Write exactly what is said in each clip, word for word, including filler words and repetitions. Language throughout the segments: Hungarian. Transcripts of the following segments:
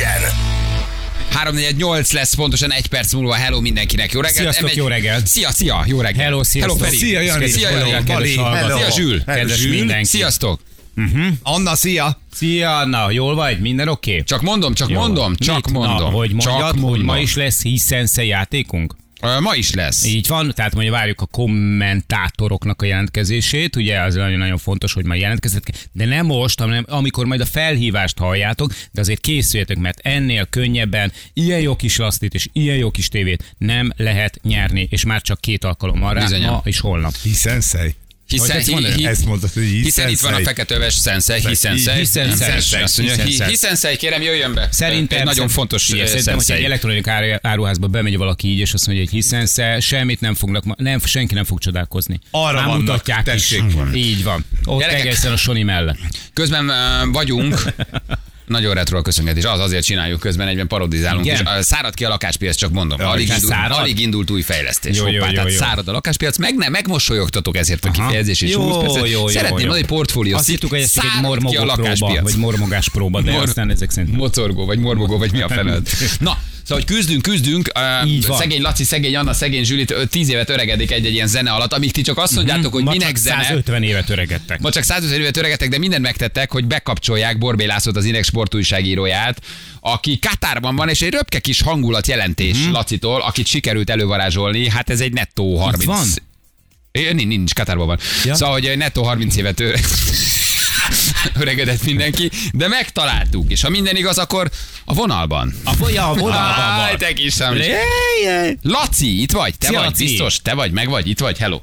legyen! három négy nyolc lesz pontosan egy perc múlva. Hello mindenkinek, jó reggelt. Sziasztok, M egy... jó reggelt. Szia, szia, jó reggelt. Hello, sziasztok. Hello, Feri. Szia, Jani. Szia, Jani. Hello, kedves hallgatók. Szia, Zsül. Kedves mindenki. Sziasztok. Uh-huh. Anna, szia! Szia, Anna, jól vagy? Minden oké? Okay? Csak mondom, csak Jó. mondom, csak Mit? mondom. Na, hogy mondjad, csak hogy mondom. ma is lesz Hisense játékunk? Ma is lesz. Így van, tehát mondja, várjuk a kommentátoroknak a jelentkezését, ugye az nagyon-nagyon fontos, hogy majd jelentkezzetek, de nem most, hanem amikor majd a felhívást halljátok, de azért készüljetek, mert ennél könnyebben ilyen jó kis lasztit és ilyen jó kis tévét nem lehet nyerni, és már csak két alkalom van rá, Bizonyám. ma és holnap. Hisense. Hiszen, hi, hi, Ezt mondtad, hogy hiszen itt van a feketőves Sensei, Hisense. Hisense. Hisense, kérem, jöjjön be. Szerintem egy nagyon szerint, fontos igen, szerintem, hogyha egy elektronikai áru, áruházba bemegy valaki így, és azt mondja, hogy Hisense, semmit nem fognak, nem, senki nem fog csodálkozni. Arra Már vannak, mutatják tessék. is. Így van. Ott Gyerekek. egészen a Sony mellett. Közben uh, vagyunk. Nagyon retro a köszöngetés, az azért csináljuk, közben egyben parodizálunk. És uh, szárad ki a lakáspiac, csak mondom. Ja, alig, indult, szárad? alig indult új fejlesztés. Jó, jó, Hoppá, jó, tehát jó. szárad a lakáspiac, meg nem, megmosolyogtatok ezért a Aha. kifejezés és Jó, húsz percet. jó, jó, Szeretném jó. mondani, hogy portfólió. Azt hittük, hogy ez csak egy Szárad ki a mormogó próba, lakáspiac. vagy mormogás próba, de Mor- aztán ezek szerint. Mocorgó, vagy mormogó, vagy mi a feled. Na, szóval, hogy küzdünk, küzdünk, uh, Így van. szegény Laci, szegény Anna, szegény Zsülit ö, tíz évet öregedik egy-egy ilyen zene alatt, amíg ti csak azt mondjátok, hogy Ma minek csak zene. százötven évet öregedtek. Ma csak százötven évet öregettek, de mindent megtettek, hogy bekapcsolják Borbély Lászlót, az Inex sportújságíróját, aki Katárban van, és egy röpke kis hangulatjelentés hmm. Lacitól, akit sikerült elővarázsolni, hát ez egy nettó harminc. van? É, nincs, nincs, Katárban van. Ja. Szóval, hogy nettó harminc évet ö... öregedett mindenki, de megtaláltuk, és ha minden igaz, akkor a vonalban. A folya a vonalban Áj, van. te kis szám. Laci, itt vagy? Te Szia, vagy, Laci. biztos? Te vagy, meg vagy, itt vagy, hello.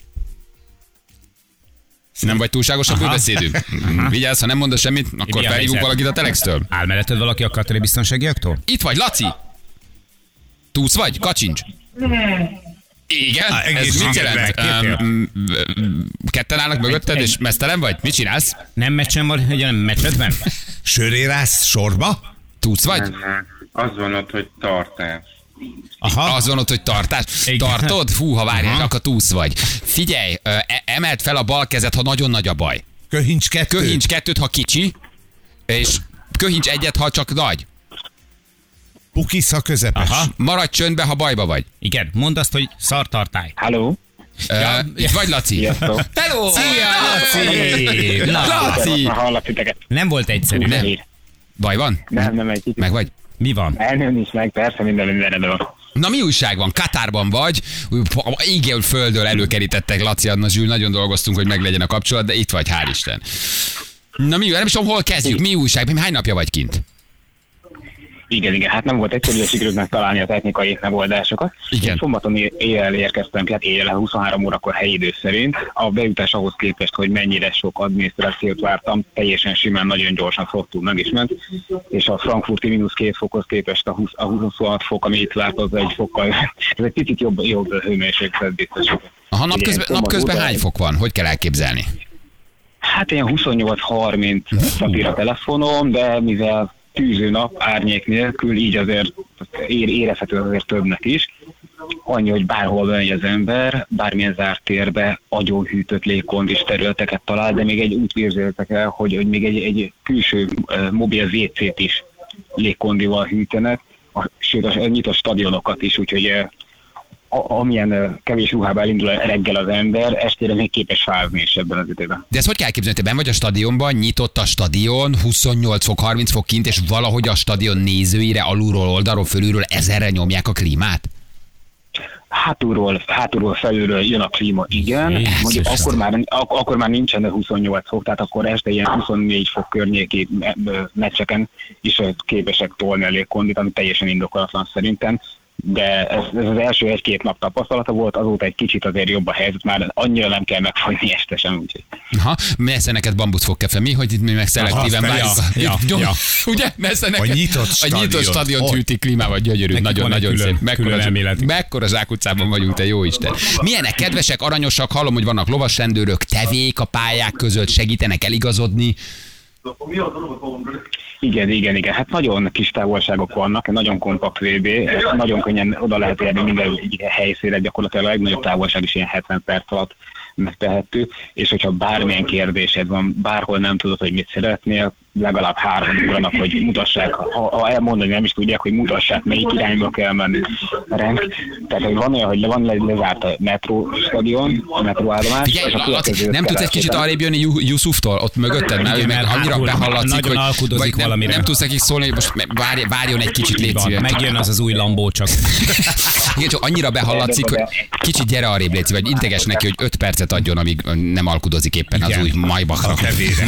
Nem vagy túlságosan főbeszédű? Vigyázz, ha nem mondasz semmit, akkor Mi a felhívunk helyzet? valakit a Telextől. Áll melletted valaki a katari biztonságiaktól? Itt vagy, Laci? Túsz vagy? Kacsincs. Igen? Á, Ez egész mit sikerült, jelent? megkértél? Um, Ketten állnak mögötted, és meztelen vagy? Mit csinálsz? Nem meccsen van, ugye nem meccsedben? Sörérász sorba? Túsz vagy? Az van ott, hogy tartás. Aha. Az van ott, hogy tartás. Igen. Tartod? Fú, ha várjál, Aha. akkor túsz vagy. Figyelj, ö, e- emeld fel a bal kezed, ha nagyon nagy a baj. Köhincs kettő? Köhincs kettőt, ha kicsi, és köhincs egyet, ha csak nagy. Pukisz, ha közepes. Aha. Maradj csöndbe, ha bajba vagy. Igen, mondd azt, hogy szartartály. Halló? Ja, itt vagy, Laci? Sziasztok. Hello! Szia, Laci! Na, Laci! Már hallak titeket. nem volt egyszerű, nem? Nem, Baj van? nem, nem egy kicsit. Meg vagy? Mi van? Elnőni is meg, persze minden mindenre van. Na mi újság van? Katárban vagy, égél földől előkerítettek Laci, Anna, Zsül, nagyon dolgoztunk, hogy meglegyen a kapcsolat, de itt vagy, hál' Isten. Na mi, nem is tudom, hol kezdjük, mi újság, hány napja vagy kint? Igen, igen, hát nem volt egyszerű, hogy sikerült megtalálni a technikai megoldásokat. Igen. Én szombaton é- éjjel érkeztem, hát éjjel huszonhárom órakor helyi idő szerint. A bejutás ahhoz képest, hogy mennyire sok adminisztrációt vártam, teljesen simán, nagyon gyorsan flottul meg is ment. És a frankfurti mínusz két fokhoz képest a, húsz, a huszonhat fok, ami itt várt, az egy fokkal, ez egy picit jobb, jobb hőmérséklet biztos. Aha, Ugye, napközben, szombat napközben után- hány fok van? Hogy kell elképzelni? Hát ilyen huszonnyolc harminc papír a telefonom, de mivel tűző nap, árnyék nélkül, így azért ér, érezhető azért többnek is. Annyi, hogy bárhol bemegy az ember, bármilyen zárt térbe agyonhűtött légkondis területeket talál, de még egy úgy képzeljétek el, hogy, hogy még egy, egy külső uh, mobil vé cét is légkondival hűtenek, a, sőt a nyitott stadionokat is, úgyhogy uh, a, amilyen uh, kevés ruhába elindul reggel az ember, estére még képes fázni is ebben az időben. De ezt hogy kell elképzelni? Te benn vagy a stadionban, nyitott a stadion, huszonnyolc fok, harminc fok kint, és valahogy a stadion nézőire alulról, oldalról, fölülről ezerre nyomják a klímát? Hátulról, hátulról felülről jön a klíma, igen. Jézus Mondjuk Isten. akkor már, ak- akkor már nincsen huszonnyolc fok, tehát akkor este ilyen huszonnégy fok környéki me- me- meccseken is képesek tolni a légkondit, ami teljesen indokolatlan szerintem. De ez, ez az első egy-két nap tapasztalata volt, azóta egy kicsit azért jobb a helyzet, már annyira nem kell megfagyni este sem, úgyhogy. Aha, messze neked bambuszfogkefe, mi, hogy itt mi meg szelektíven Aha, várjuk. ja, Jó, ja. Ugye? Messze neked. A nyitott A nyitott stadion. stadion Ott. hűti klímával, gyönyörű, Nekik nagyon, van egy nagyon külön- szép. Mekkora, külön elméletük. mekkora zsákutcában vagyunk, te jó Isten. Milyenek, kedvesek, aranyosak, hallom, hogy vannak lovasrendőrök, tevék a pályák között, segítenek eligazodni. Igen, igen, igen. Hát nagyon kis távolságok vannak, nagyon kompakt vé bé, nagyon könnyen oda lehet érni minden helyszínre, gyakorlatilag a legnagyobb távolság is ilyen hetven perc alatt megtehető, és hogyha bármilyen kérdésed van, bárhol nem tudod, hogy mit szeretnél, legalább három órának, hogy mutassák, ha, ha elmondani nem is tudják, hogy mutassák, melyik irányba kell menni a rend. Tehát, hogy van olyan, hogy le van le, lezárt a metróstadion, a metróállomás. Figyelj, Laci, nem tudsz egy kicsit arrébb jönni Yusuftól, ott mögötted, mert ő meg annyira behallatszik, hogy alkudozik nem, valamire. nem tudsz nekik szólni, hogy most várj, várjon egy kicsit, légy szíves. Megjön az az új Lambó csak. Igen, csak annyira behallatszik, hogy kicsit gyere arrébb, légy szíves, vagy integes neki, hogy öt percet adjon, amíg nem alkudozik éppen az új Maybachra. A kevére.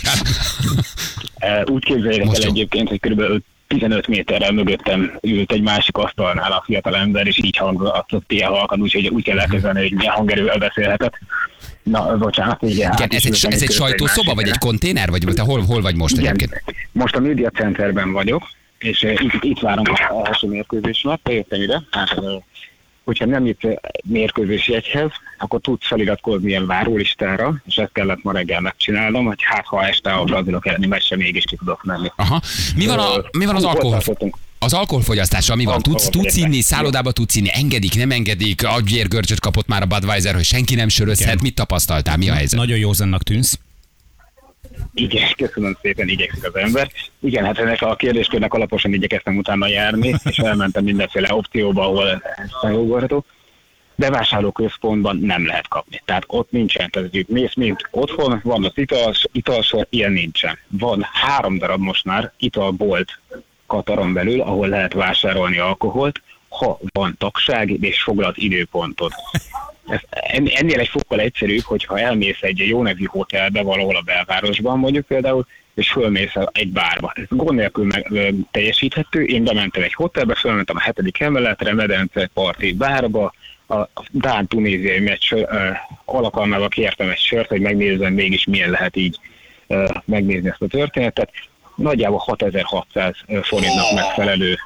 Úgy képzeljétek el egyébként, hogy körülbelül tizenöt méterrel mögöttem ült egy másik asztalnál a fiatal ember, és így hangatott ilyen halkan, úgyhogy úgy kell elkezdeni, hogy milyen hangerővel beszélhetett. Na, bocsánat, igen. Igen, ez egy, ez egy sajtószoba, vagy egy konténer, vagy te hol, hol vagy most igen, egyébként? Most a Média Centerben vagyok, és itt, itt várom a első mérkőzésnek, bejöttem ide, hát hogyha nem itt mérkőzési jegyhez, akkor tudsz feliratkozni ilyen várólistára, és ezt kellett ma reggel megcsinálnom, hogy hát ha este a brazilok elleni meccsen mégis ki tudok menni. Aha. Mi van, a, mi van az alkohol? Az alkoholfogyasztással mi van? Tudsz, tudsz inni, szállodába tudsz inni, engedik, nem engedik, agyvérgörcsöt kapott már a Budweiser, hogy senki nem sörözhet, igen. Mit tapasztaltál, mi a helyzet? Nagyon józannak tűnsz. Igen, köszönöm szépen, igyekszik az ember. Igen, hát ennek a kérdéskörnek alaposan igyekeztem utána járni, és elmentem mindenféle opcióba, ahol ez megugorható. Bevásárlóközpontban nem lehet kapni. Tehát ott nincsen, tehát mész, mint otthon, van az itals, italsor, ilyen nincsen. Van három darab most már italbolt Kataron belül, ahol lehet vásárolni alkoholt, ha van tagság és foglalt időpontot. Ez, ennél egy fokkal egyszerűbb, hogyha elmész egy jó nevű hotelbe valahol a belvárosban mondjuk például, és fölmész egy bárba. Ez gond nélkül meg, ö, teljesíthető. Én bementem egy hotelbe, fölmentem a hetedik emeletre, Medence parti bárba, a dán-tunéziai meccs ö, alkalmával kértem egy sört, hogy megnézzem mégis milyen lehet így ö, megnézni ezt a történetet. Nagyjából hatezer-hatszáz forintnak megfelelő.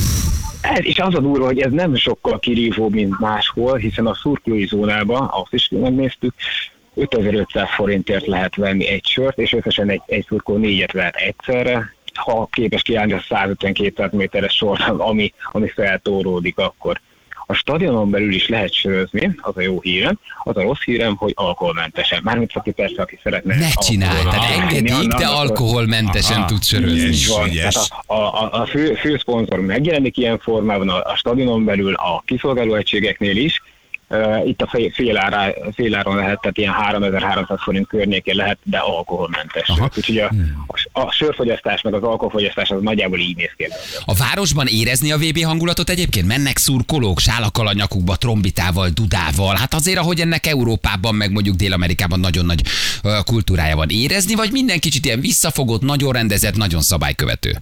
Ez, és az a durva, hogy ez nem sokkal kirívóbb, mint máshol, hiszen a szurkolói zónában, azt is megnéztük, ötezer-ötszáz forintért lehet venni egy sört, és összesen egy, egy szurkoló négyet lehet egyszerre. Ha képes kiállni a százötven-kétszáz méteres sort, ami, ami feltóródik, akkor a stadionon belül is lehet sörözni, az a jó hírem, az a rossz hírem, hogy alkoholmentesen. Mármint aki persze, aki szeretne. Ne csinálj, tehát engedik, de alkoholmentesen tudsz sörözni. A, a, a fő, fő szponzor megjelenik ilyen formában a, a stadionon belül, a kiszolgáló egységeknél is. Uh, itt a fél, félára, féláron lehet, tehát ilyen háromezer-háromszáz forint környékén lehet, de alkoholmentes. Úgyhogy a, a, a sörfogyasztás meg az alkoholfogyasztás az nagyjából így néz ki. A városban érezni a vé bé hangulatot egyébként? Mennek szurkolók sálakkal a nyakukba, trombitával, dudával? Hát azért, ahogy ennek Európában, meg mondjuk Dél-Amerikában nagyon nagy uh, kultúrája van. Érezni, vagy minden kicsit ilyen visszafogott, nagyon rendezett, nagyon szabálykövető?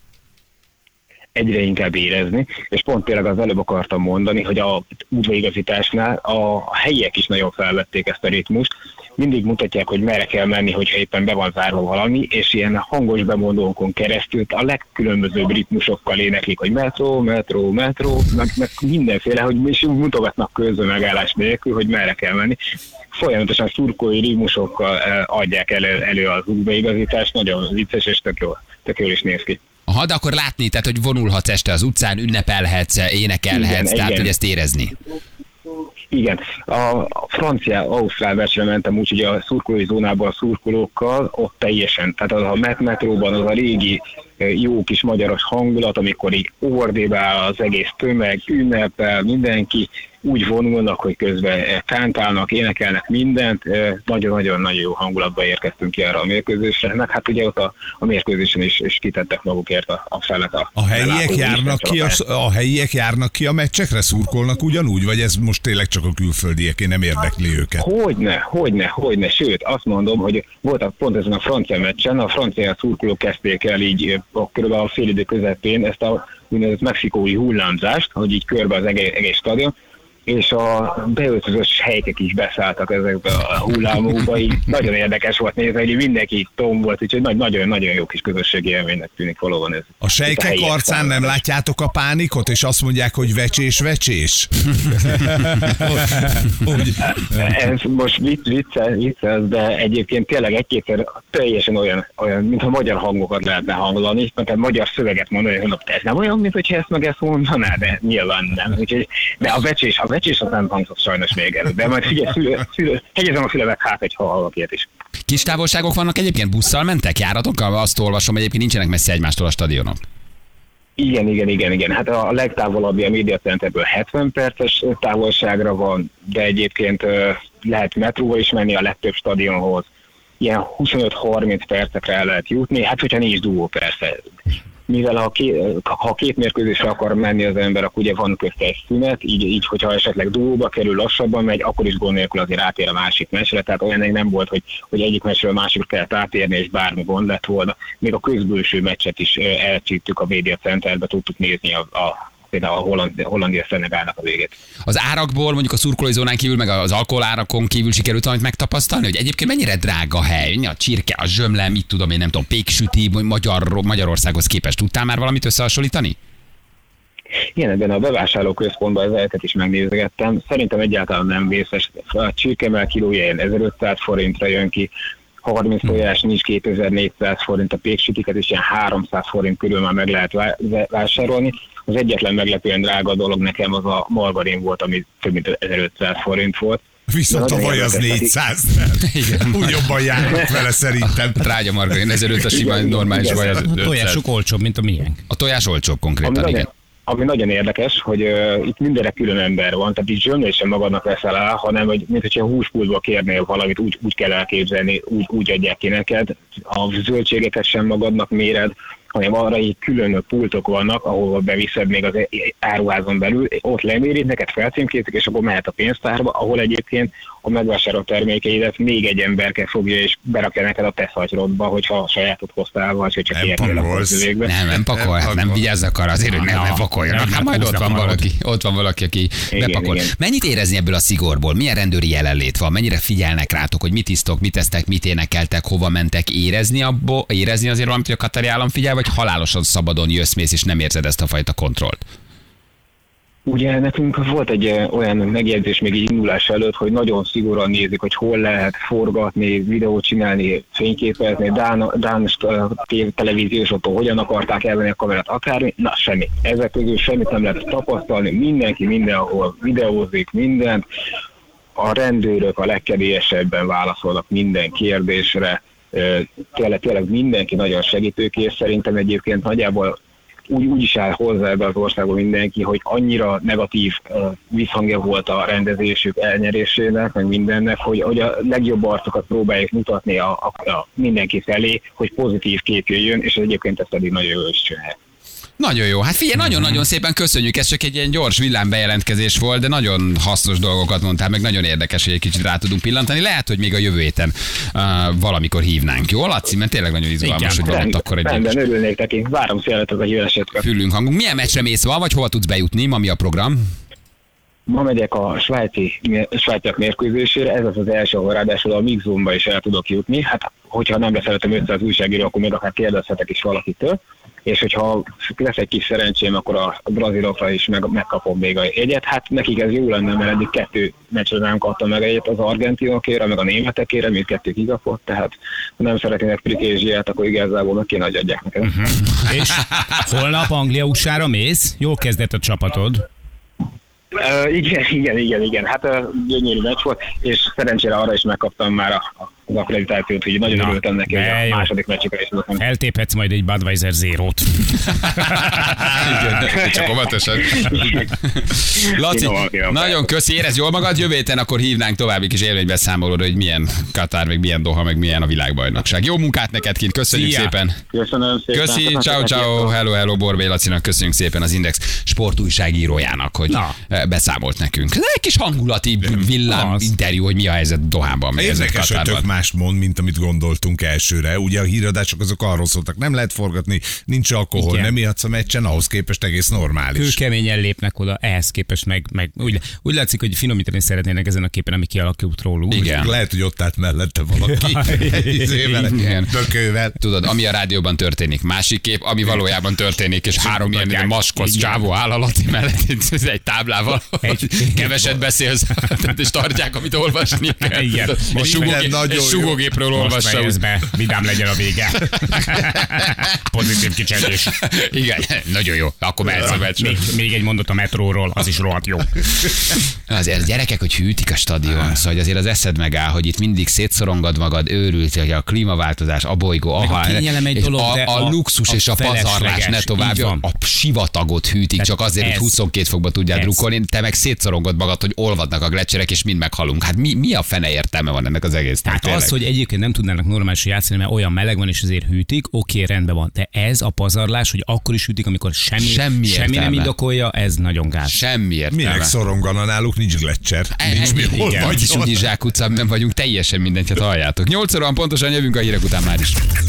Egyre inkább érezni, és pont tényleg az előbb akartam mondani, hogy a útbaigazításnál a helyiek is nagyon felvették ezt a ritmust. Mindig mutatják, hogy merre kell menni, hogyha éppen be van zárva valami, és ilyen hangos bemondókon keresztül a legkülönbözőbb ritmusokkal éneklik, hogy metró, metró, metró, meg, meg mindenféle, hogy is mutogatnak közben megállás nélkül, hogy merre kell menni. Folyamatosan szurkolói ritmusokkal adják elő, elő az útbaigazítást, nagyon vicces és tök jól, tök jól is néz ki. Aha, de akkor látni, tehát hogy vonulhatsz este az utcán, ünnepelhetsz, énekelhetsz, igen, tehát igen. Hogy ezt érezni. Igen, a francia-ausztrál meccsre mentem úgy, hogy a szurkolói zónában a szurkolókkal, ott teljesen, tehát az a metróban az a régi jó kis magyaros hangulat, amikor így ordébál az egész tömeg, ünnepel mindenki, úgy vonulnak, hogy közben kántálnak, énekelnek mindent, nagyon-nagyon-nagyon jó hangulatba érkeztünk ki erre a mérkőzésre, meg hát ugye ott a, a mérkőzésen is, is kitettek magukért a, a felet. A, a, helyiek járnak ki a, a helyiek járnak ki a meccsekre, szurkolnak ugyanúgy, vagy ez most tényleg csak a külföldieké, nem érdekli őket? Hogyne, hogyne, hogyne, sőt, azt mondom, hogy voltak pont ezen a francia meccsen, a francia szurkolók kezdték el így kb. A félidő közepén ezt a úgynevezett mexikói hullámzást, hogy így körbe az egész, egész stadion, és a beöltözős helykek is beszálltak ezekbe a hullámokba, így nagyon érdekes volt nézni, hogy mindenki tombolt, úgyhogy nagyon-nagyon jó kis közösségi élménynek tűnik valóban ez. A sejkek arcán nem látjátok a pánikot, és azt mondják, hogy vecsés, vecsés? Ez most vicc, vicces, vicces, de egyébként tényleg egy-kétszer teljesen olyan, olyan, mintha magyar hangokat lehetne hangolni, mert magyar szöveget mondani, hogy ez nem olyan, mint hogyha ezt meg ezt mondaná, de nyilván nem. Úgyhogy, de a vecsés, a vecsés az nem hangzott sajnos még előtt, de majd figyelj, szülő, szülő, hegyezem a fülemet, hát egy hallgak ilyet is. Kis távolságok vannak egyébként? Busszal mentek? Járatokkal? Azt olvasom, egyébként nincsenek messze egymástól a stadionok. Igen, igen, igen, igen. Hát a legtávolabbi a Media Centerből hetven perces távolságra van, de egyébként lehet metróval is menni a legtöbb stadionhoz. Ilyen huszonöt-harminc percekre el lehet jutni, hát hogyha nincs dugó persze. Mivel ha két, ha két mérkőzésre akar menni az ember, akkor ugye van közte egy szünet, így, így hogyha esetleg dugóba kerül, lassabban megy, akkor is gond nélkül azért átér a másik meccsre, tehát olyan nem volt, hogy, hogy egyik meccsről a másikra kellett átérni, és bármi gond lett volna. Még a közbülső meccset is elcsíptük a Media Centerbe, tudtuk nézni a, a például a Holland, Hollandia Szenegálnak a végét. Az árakból, mondjuk a szurkolói zónán kívül, meg az alkoholárakon kívül sikerült valamit megtapasztalni, hogy egyébként mennyire drága a hely, a csirke, a zsömle, mit tudom én, nem tudom, péksüti, Magyar, Magyarországhoz képest. Tudtál már valamit összehasonlítani? Igen, ebben a bevásárlóközpontban ezeket is megnézgettem. Szerintem egyáltalán nem vészes. A csirkemell kilója ilyen ezerötszáz forintra jön ki, harminc tojás nincs kétezer-négyszáz forint, a péksütiket is ilyen háromszáz forint körül már meg lehet vásárolni. Az egyetlen meglepően drága dolog nekem az a margarin volt, ami több mint ezerötszáz forint volt. Viszont a vaj az négyszáz. Úgy jobban járnak vele szerintem. Trágya margarin, ezerötszáz a sima normális vaj az ötszáz. A tojásuk olcsóbb, mint a miénk. A tojás olcsóbb konkrétan, ami igen. Nagyon, ami nagyon érdekes, hogy uh, itt mindenre külön ember van, tehát így zsömlés sem magadnak veszel el, hanem hogy, mint hogyha húspultból kérnél valamit, úgy, úgy kell elképzelni, úgy, úgy adják ki neked. A zöldségeket sem magadnak méred, hanem arra így külön pultok vannak, ahol beviszed még az áruházon belül, ott lemérik, neked felcímkézik, és akkor mehet a pénztárba, ahol egyébként a megvásárolt termékeidet még egy emberke fogja, és berakja neked a te szatyrodba, hogyha sajátot hoztál, vagy hogyha kérnél a közüvégbe. Nem, nem pakol, nem, nem vigyázzak arra azért, hogy nem, nem pakoljanak, hát majd ott van valaki, ott van valaki, aki igen, bepakol. Igen. Mennyit érezni ebből a szigorból? Milyen rendőri jelenlét van? Mennyire figyelnek rátok, hogy mit isztok, mit esztek, mit énekeltek, hova mentek? Érezni abból, érezni azért valamit, hogy a katari állam figyel, vagy halálosan szabadon jössz, mész, és nem érzed ezt a fajta kontrollt? Ugye nekünk volt egy olyan megjegyzés még így indulás előtt, hogy nagyon szigorúan nézik, hogy hol lehet forgatni, videót csinálni, fényképezni, Dán, Dán televíziósokból hogyan akarták elvenni a kamerát, akármi, na semmi. Ezek közül semmit nem lehet tapasztalni, mindenki mindenhol videózik mindent, a rendőrök a legkedélyesebben válaszolnak minden kérdésre, tényleg, tényleg mindenki nagyon segítőkész, szerintem egyébként nagyjából úgy, úgy is áll hozzá ebbe az országban mindenki, hogy annyira negatív uh, visszhangja volt a rendezésük elnyerésének, meg mindennek, hogy, hogy a legjobb arcokat próbálják mutatni a, a, a mindenki felé, hogy pozitív kép jöjjön, és egyébként ezt eddig nagyon jól is csinálják. Nagyon jó. Hát figyelj, nagyon-nagyon szépen köszönjük. Ez csak egy ilyen gyors villámbejelentkezés volt, de nagyon hasznos dolgokat mondtál, meg nagyon érdekes, hogy egy kicsit rá tudunk pillantani. Lehet, hogy még a jövő héten uh, valamikor hívnánk. Jó, Laci? Mert tényleg nagyon izgalmas, hogy valamit akkor egy rendben, örülnék neki. Várom széletet a hívesetket. Fülünk hangunk. Milyen meccsre mész van, vagy hova tudsz bejutni? Ma mi a program? Ma megyek a svájci, svájciak mérkőzésére, ez az az első, ahol ráadásul a Mixzone-ba is el tudok jutni. Hát, hogyha nem beszéltem ötszáz újságíró, akkor még akár kérdezhetek is valakitől. És hogyha lesz egy kis szerencsém, akkor a brazilokra is meg, megkapom még a jegyet. Hát nekik ez jó lenne, mert eddig kettő meccsre nem kaptam meg egyet, az argentinokére, meg a németekére, mindkettő kikapott, tehát ha nem szeretnének prikézsiát, akkor igazából meg kéne, hogy adják nekem. Uh-huh. És holnap Anglia-u-sára mész? Jól kezdett a csapatod. Uh, igen, igen, igen, igen. Hát uh, gyönyörű meccs volt, és szerencsére arra is megkaptam már a, az akkreditációt, hogy nagyon örültem neki, hogy a második meccsikre is tudok. Eltéphetsz majd egy Budweiser Zero-t. Igen, csak óvatosan. Laci, nagyon köszi, érezd jól magad, jövő héten akkor hívnánk további kis élménybeszámolóra, hogy milyen Katár, meg milyen Doha, meg milyen a világbajnokság. Jó munkát neked kint, köszönjük Szia. szépen. Köszönöm szépen. Köszi, ciao, ciao, hello, hello, Borbély Lacinak köszönjük szépen, az Index sportújságírójának, hogy Na. beszámolt nekünk. Ez egy kis hangulati villám Az. interjú, hogy mi a helyzet Dohában. meg Érdekes, hogy Katárban. tök mást mond, mint amit gondoltunk elsőre. Ugye a híradások azok arról szóltak, nem lehet forgatni, nincs alkohol, Igen. nem ihatsz a meccsen, ahhoz képest egész normális. Kőkeményen lépnek oda, ehhez képest meg, meg úgy, úgy látszik, hogy finomítani szeretnének ezen a képen, ami kialakult róluk. Igen. Lehet, hogy ott állt mellette valaki. Izével, Igen. Tökővel. Tudod, ami a rádióban történik, másik kép, ami valójában történik, és három ilyen maskosz csávó áll áll a Laci mellett egy, egy táblával, egy, keveset beszélsz, és tartják, amit olvasni kell. Igen. Egy, sugógép, egy sugógépről olvassa. Most be, vidám legyen a vége. Pozitív kicsengés. Igen, nagyon jó. Akkor mehetsz a meccs. Még, még egy mondat a metróról, az is rohadt jó. Azért gyerekek, hogy hűtik a stadion, szóval azért az eszed megáll, hogy itt mindig szétszorongad magad, őrült, hogy a klímaváltozás, a bolygó, a, a, egy dolog, a, a, a luxus a, és a pazarlás ne tovább, a sivatagot hűtik, tehát csak azért, ez, hogy huszonkettő fokba tudjál drukkolni, te meg szétszorongod magad, hogy olvadnak a glecserek, és mind meghalunk. Hát mi, mi a fene értelme van ennek az egésznek? Tehát tényleg? az, hogy egyébként nem tudnának normálisan játszani, mert olyan meleg van, és azért hűtik, oké, rendben van. De ez a pazarlás, hogy akkor is hűtik, amikor semmi, semmi, semmi nem indokolja, ez nagyon gáz. Semmi értelme. Minek szorongana, náluk nincs Gletscher. Nincs mi hol vagy. Kis zsákutcában vagyunk, teljesen mindent, hát halljátok. nyolc óra pontosan jövünk a hírek után már is.